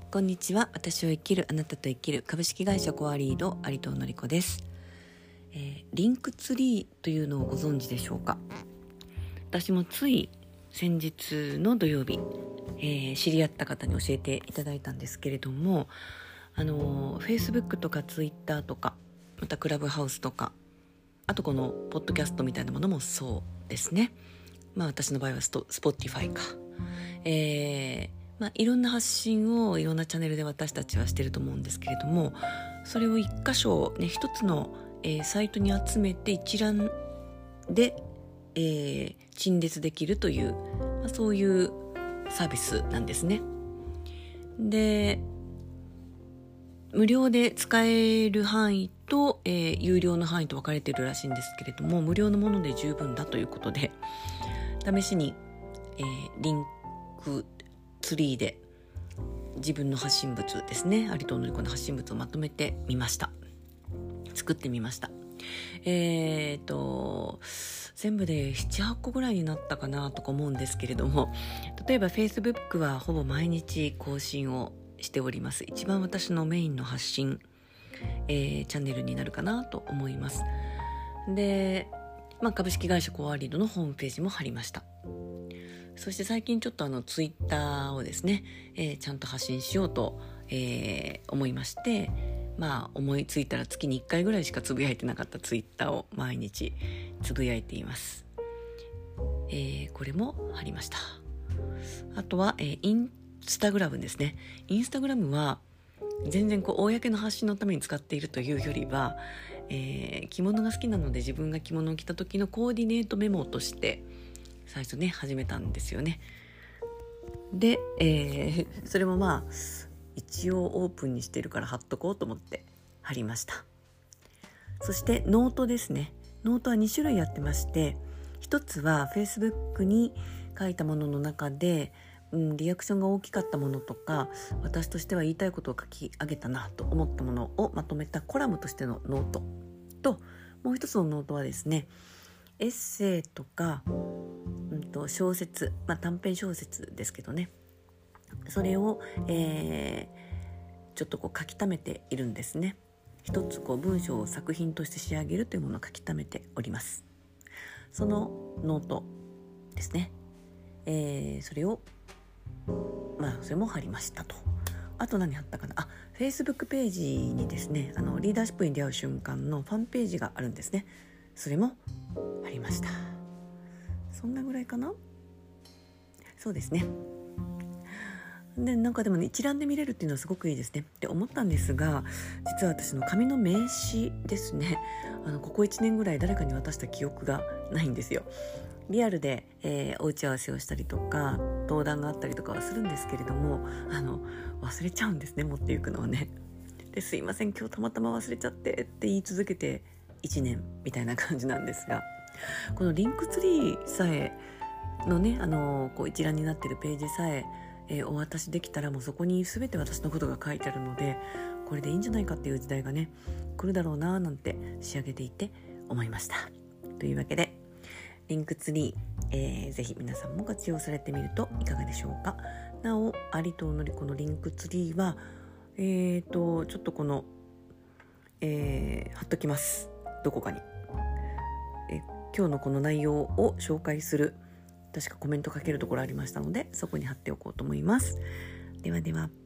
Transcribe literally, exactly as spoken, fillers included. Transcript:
こんにちは。私を生きるあなたと生きる株式会社コアリード有藤典子です、えー、リンクツリーというのをご存知でしょうか。私もつい先日の土曜日、えー、知り合った方に教えていただいたんですけれども、あのー、Facebook とか Twitter とかまたクラブハウスとか、あとこのポッドキャストみたいなものもそうですね。まあ私の場合はスト Spotify か、えーまあ、いろんな発信をいろんなチャンネルで私たちはしてると思うんですけれども、それを一箇所ね、一つの、えー、サイトに集めて一覧で、えー、陳列できるという、まあ、そういうサービスなんですね。で、無料で使える範囲と、えー、有料の範囲と分かれているらしいんですけれども、無料のもので十分だということで、試しに、えー、リンクツリーで自分の発信物ですね、有藤典子の発信物をまとめてみました。作ってみました。えーと全部でななはっこぐらいになったかなとか思うんですけれども、例えば Facebook はほぼ毎日更新をしております。一番私のメインの発信、えー、チャンネルになるかなと思います。で、まあ、株式会社コアリードのホームページも貼りました。そして最近ちょっとあのツイッターをですね、えー、ちゃんと発信しようと、えー、思いまして、まあ思いついたら月にいっかいぐらいしかつぶやいてなかったツイッターを毎日つぶやいています。えー、これも貼りました。あとは、えー、インスタグラムですね。インスタグラムは全然こう公の発信のために使っているというよりは、えー、着物が好きなので自分が着物を着た時のコーディネートメモとして最初ね始めたんですよね。で、えー、それもまあ一応オープンにしてるから貼っとこうと思って貼りました。そしてノートですね。ノートはに種類やってまして、一つは Facebook に書いたものの中で、うん、リアクションが大きかったものとか、私としては言いたいことを書き上げたなと思ったものをまとめたコラムとしてのノートと、もう一つのノートはですね、エッセイとか、うん、と小説、まあ、短編小説ですけどね、それを、えー、ちょっとこう書き溜めているんですね。一つこう文章を作品として仕上げるというものを書き溜めております。そのノートですね、えー、それをまあそれも貼りましたと。あと何貼ったかなあ、Facebook ページにですね、あのリーダーシップに出会う瞬間のファンページがあるんですね。それも貼りました。そんなぐらいかな。そうですね。でなんかでもね、一覧で見れるっていうのはすごくいいですねって思ったんですが、実は私の紙の名刺ですね、あのここいちねんぐらい誰かに渡した記憶がないんですよ。リアルで、えー、お打ち合わせをしたりとか登壇があったりとかはするんですけれども、あの忘れちゃうんですね、持っていくのはね。ですいません今日たまたま忘れちゃってって言い続けていちねんみたいな感じなんですが、このリンクツリーさえのね、あのこう一覧になっているページさええー、お渡しできたら、もうそこに全て私のことが書いてあるので、これでいいんじゃないかっていう時代がね来るだろうななんて仕上げていて思いました。というわけでリンクツリー、えー、ぜひ皆さんも活用されてみるといかがでしょうか。なお有藤典子のリンクツリーはえーとちょっとこの、えー、貼っときます、どこかに。え今日のこの内容を紹介する確かコメントかけるところありましたので、そこに貼っておこうと思います。ではでは。